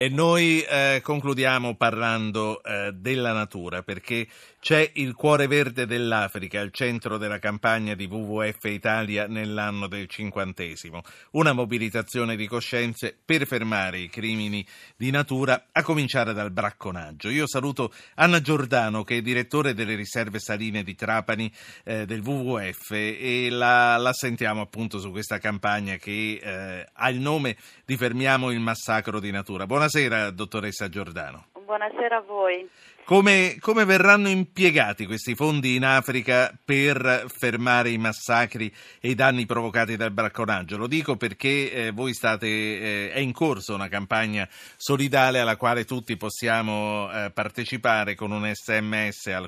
E noi concludiamo parlando della natura, perché c'è il cuore verde dell'Africa al centro della campagna di WWF Italia nell'anno del 50°. Una mobilitazione di coscienze per fermare i crimini di natura, a cominciare dal bracconaggio. Io saluto Anna Giordano, che è direttore delle riserve saline di Trapani del WWF, e la sentiamo appunto su questa campagna che ha il nome di Fermiamo il massacro di natura. Buonasera, dottoressa Giordano. Buonasera a voi. Come verranno impiegati questi fondi in Africa per fermare i massacri e i danni provocati dal bracconaggio? Lo dico perché voi è in corso una campagna solidale alla quale tutti possiamo partecipare con un SMS al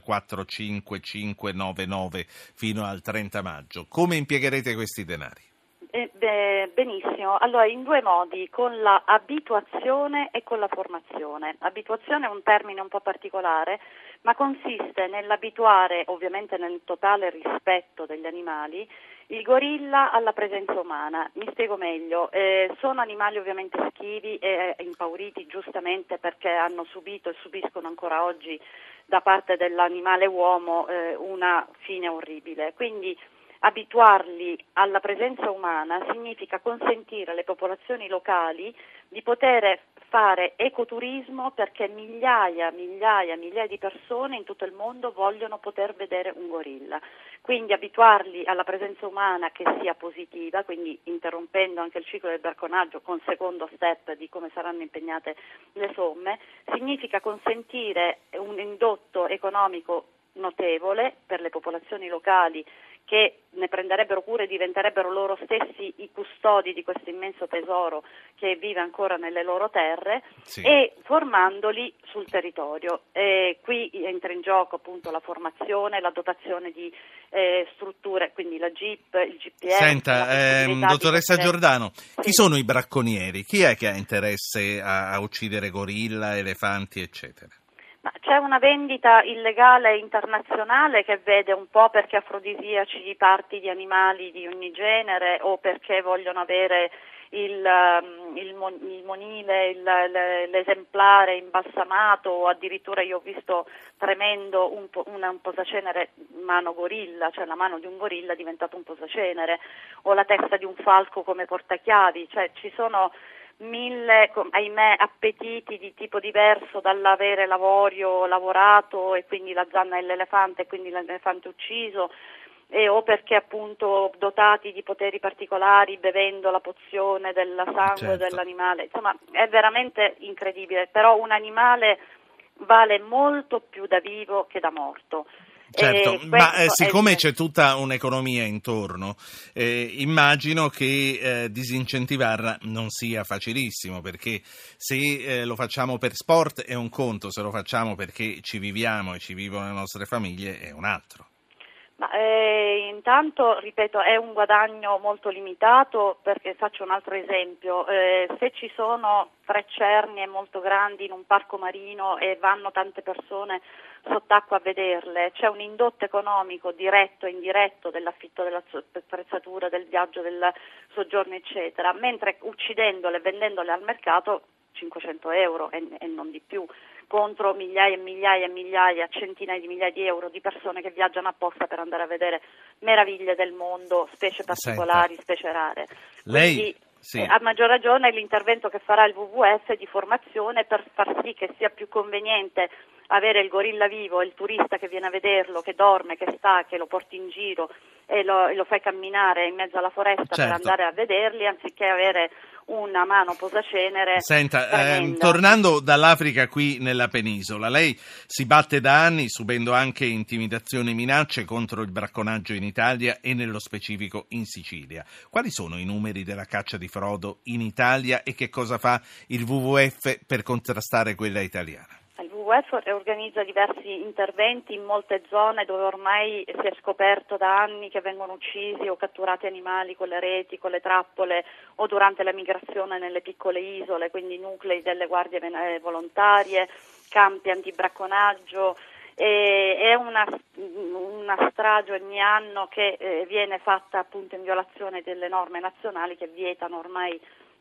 45599 fino al 30 maggio. Come impiegherete questi denari? Benissimo, allora in due modi, con la abituazione e con la formazione. Abituazione è un termine un po' particolare, ma consiste nell'abituare, ovviamente nel totale rispetto degli animali, il gorilla alla presenza umana. Mi spiego meglio, sono animali ovviamente schivi e impauriti giustamente perché hanno subito e subiscono ancora oggi da parte dell'animale uomo una fine orribile, quindi abituarli alla presenza umana significa consentire alle popolazioni locali di poter fare ecoturismo, perché migliaia di persone in tutto il mondo vogliono poter vedere un gorilla. Quindi abituarli alla presenza umana che sia positiva, quindi interrompendo anche il ciclo del bracconaggio con secondo step di come saranno impegnate le somme, significa consentire un indotto economico notevole per le popolazioni locali che ne prenderebbero cura e diventerebbero loro stessi i custodi di questo immenso tesoro che vive ancora nelle loro terre, sì, e formandoli sul territorio. Qui entra in gioco appunto la formazione, la dotazione di strutture, quindi la GIP, il GPS. Senta, dottoressa Giordano, chi sono i bracconieri? Chi è che ha interesse a uccidere gorilla, elefanti, eccetera? Ma c'è una vendita illegale internazionale che vede un po' perché afrodisiaci di parti di animali di ogni genere o perché vogliono avere il monile, l'esemplare imbalsamato, o addirittura io ho visto tremendo un posacenere mano gorilla, cioè la mano di un gorilla è diventato un posacenere, o la testa di un falco come portachiavi, cioè ci sono mille, ahimè, appetiti di tipo diverso dall'avere lavorato e quindi la zanna dell'elefante e quindi l'elefante ucciso, o perché appunto dotati di poteri particolari bevendo la pozione del sangue, certo, dell'animale. Insomma, è veramente incredibile, però un animale vale molto più da vivo che da morto. Certo, ma siccome c'è tutta un'economia intorno, immagino che disincentivarla non sia facilissimo, perché se lo facciamo per sport è un conto, se lo facciamo perché ci viviamo e ci vivono le nostre famiglie è un altro. Ma intanto, ripeto, è un guadagno molto limitato, perché faccio un altro esempio: se ci sono 3 cernie molto grandi in un parco marino e vanno tante persone sott'acqua a vederle, c'è un indotto economico diretto e indiretto dell'affitto dell'attrezzatura, del viaggio, del soggiorno eccetera, mentre uccidendole e vendendole al mercato 500 euro e non di più, contro migliaia e migliaia, centinaia di migliaia di euro di persone che viaggiano apposta per andare a vedere meraviglie del mondo, specie particolari, specie rare. Quindi sì, a maggior ragione l'intervento che farà il WWF è di formazione per far sì che sia più conveniente avere il gorilla vivo e il turista che viene a vederlo, che dorme, che sta, che lo porti in giro e lo fai camminare in mezzo alla foresta, certo, per andare a vederli, anziché avere una mano posacenere. Senta, tornando dall'Africa qui nella penisola, lei si batte da anni subendo anche intimidazioni e minacce contro il bracconaggio in Italia e nello specifico in Sicilia. Quali sono i numeri della caccia di frodo in Italia e che cosa fa il WWF per contrastare quella italiana? Il WWF organizza diversi interventi in molte zone dove ormai si è scoperto da anni che vengono uccisi o catturati animali con le reti, con le trappole o durante la migrazione nelle piccole isole, quindi nuclei delle guardie volontarie, campi antibracconaggio. È una strage ogni anno che viene fatta appunto in violazione delle norme nazionali che vietano ormai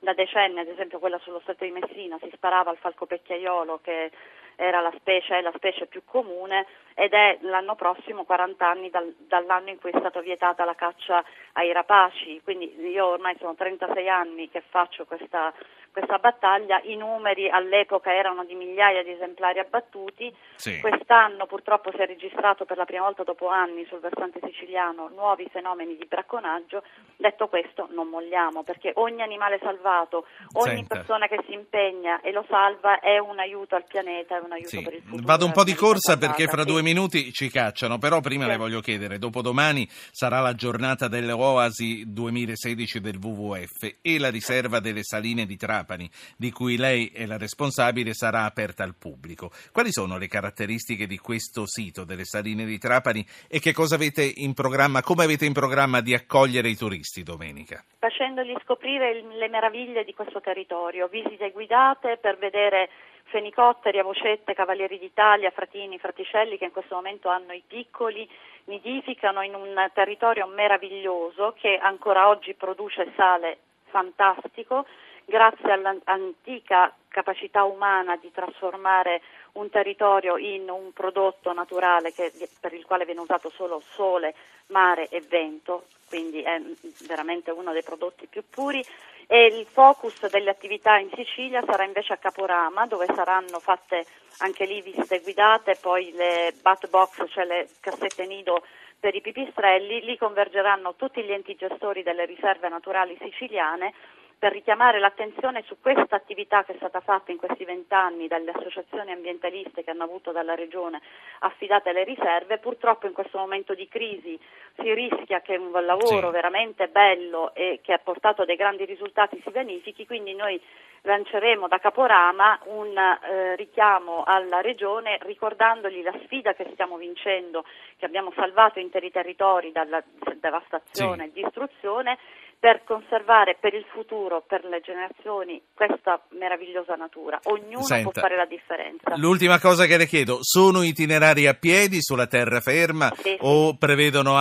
da decenni, ad esempio quella sullo Stretto di Messina, si sparava al falco pecchiaiolo, che era è la specie più comune, ed è l'anno prossimo 40 anni dall'anno in cui è stata vietata la caccia ai rapaci. Quindi io ormai sono 36 anni che faccio questa battaglia. I numeri all'epoca erano di migliaia di esemplari abbattuti. Sì. Quest'anno purtroppo si è registrato per la prima volta dopo anni sul versante siciliano nuovi fenomeni di bracconaggio. Detto questo, non molliamo, perché ogni animale salvato, ogni persona che si impegna e lo salva è un aiuto al pianeta, è un aiuto per il futuro. Vado un po' di corsa perché fra sì. 2 minuti ci cacciano, però prima le voglio chiedere, dopodomani sarà la giornata delle Oasi 2016 del WWF e la riserva delle Saline di Trapani, di cui lei è la responsabile, sarà aperta al pubblico. Quali sono le caratteristiche di questo sito delle Saline di Trapani e che cosa avete in programma, come avete in programma di accogliere i turisti domenica? Facendogli scoprire le meraviglie di questo territorio, visite guidate per vedere fenicotteri, avocette, cavalieri d'Italia, fratini, fraticelli che in questo momento hanno i piccoli, nidificano in un territorio meraviglioso che ancora oggi produce sale fantastico, grazie all'antica capacità umana di trasformare un territorio in un prodotto naturale per il quale viene usato solo sole, mare e vento, quindi è veramente uno dei prodotti più puri. E il focus delle attività in Sicilia sarà invece a Caporama, dove saranno fatte anche lì visite guidate, poi le bat box, cioè le cassette nido per i pipistrelli. Lì convergeranno tutti gli enti gestori delle riserve naturali siciliane per richiamare l'attenzione su questa attività che è stata fatta in questi 20 anni dalle associazioni ambientaliste che hanno avuto dalla Regione affidate alle riserve. Purtroppo in questo momento di crisi si rischia che un lavoro veramente bello e che ha portato dei grandi risultati si vanifichi, quindi noi lanceremo da Caporama un richiamo alla Regione ricordandogli la sfida che stiamo vincendo, che abbiamo salvato interi territori dalla devastazione e distruzione, per conservare per il futuro, per le generazioni, questa meravigliosa natura. Ognuno può fare la differenza. L'ultima cosa che le chiedo, sono itinerari a piedi sulla terraferma o prevedono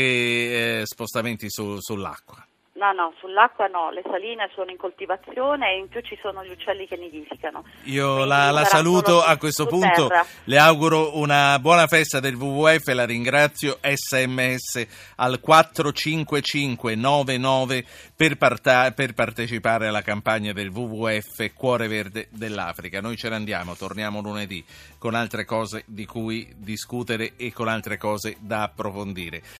anche spostamenti sull'acqua? No, sull'acqua no, le saline sono in coltivazione e in più ci sono gli uccelli che nidificano. Io la saluto a questo punto, le auguro una buona festa del WWF, la ringrazio. SMS al 45599 per partecipare alla campagna del WWF Cuore Verde dell'Africa. Noi ce ne andiamo, torniamo lunedì con altre cose di cui discutere e con altre cose da approfondire.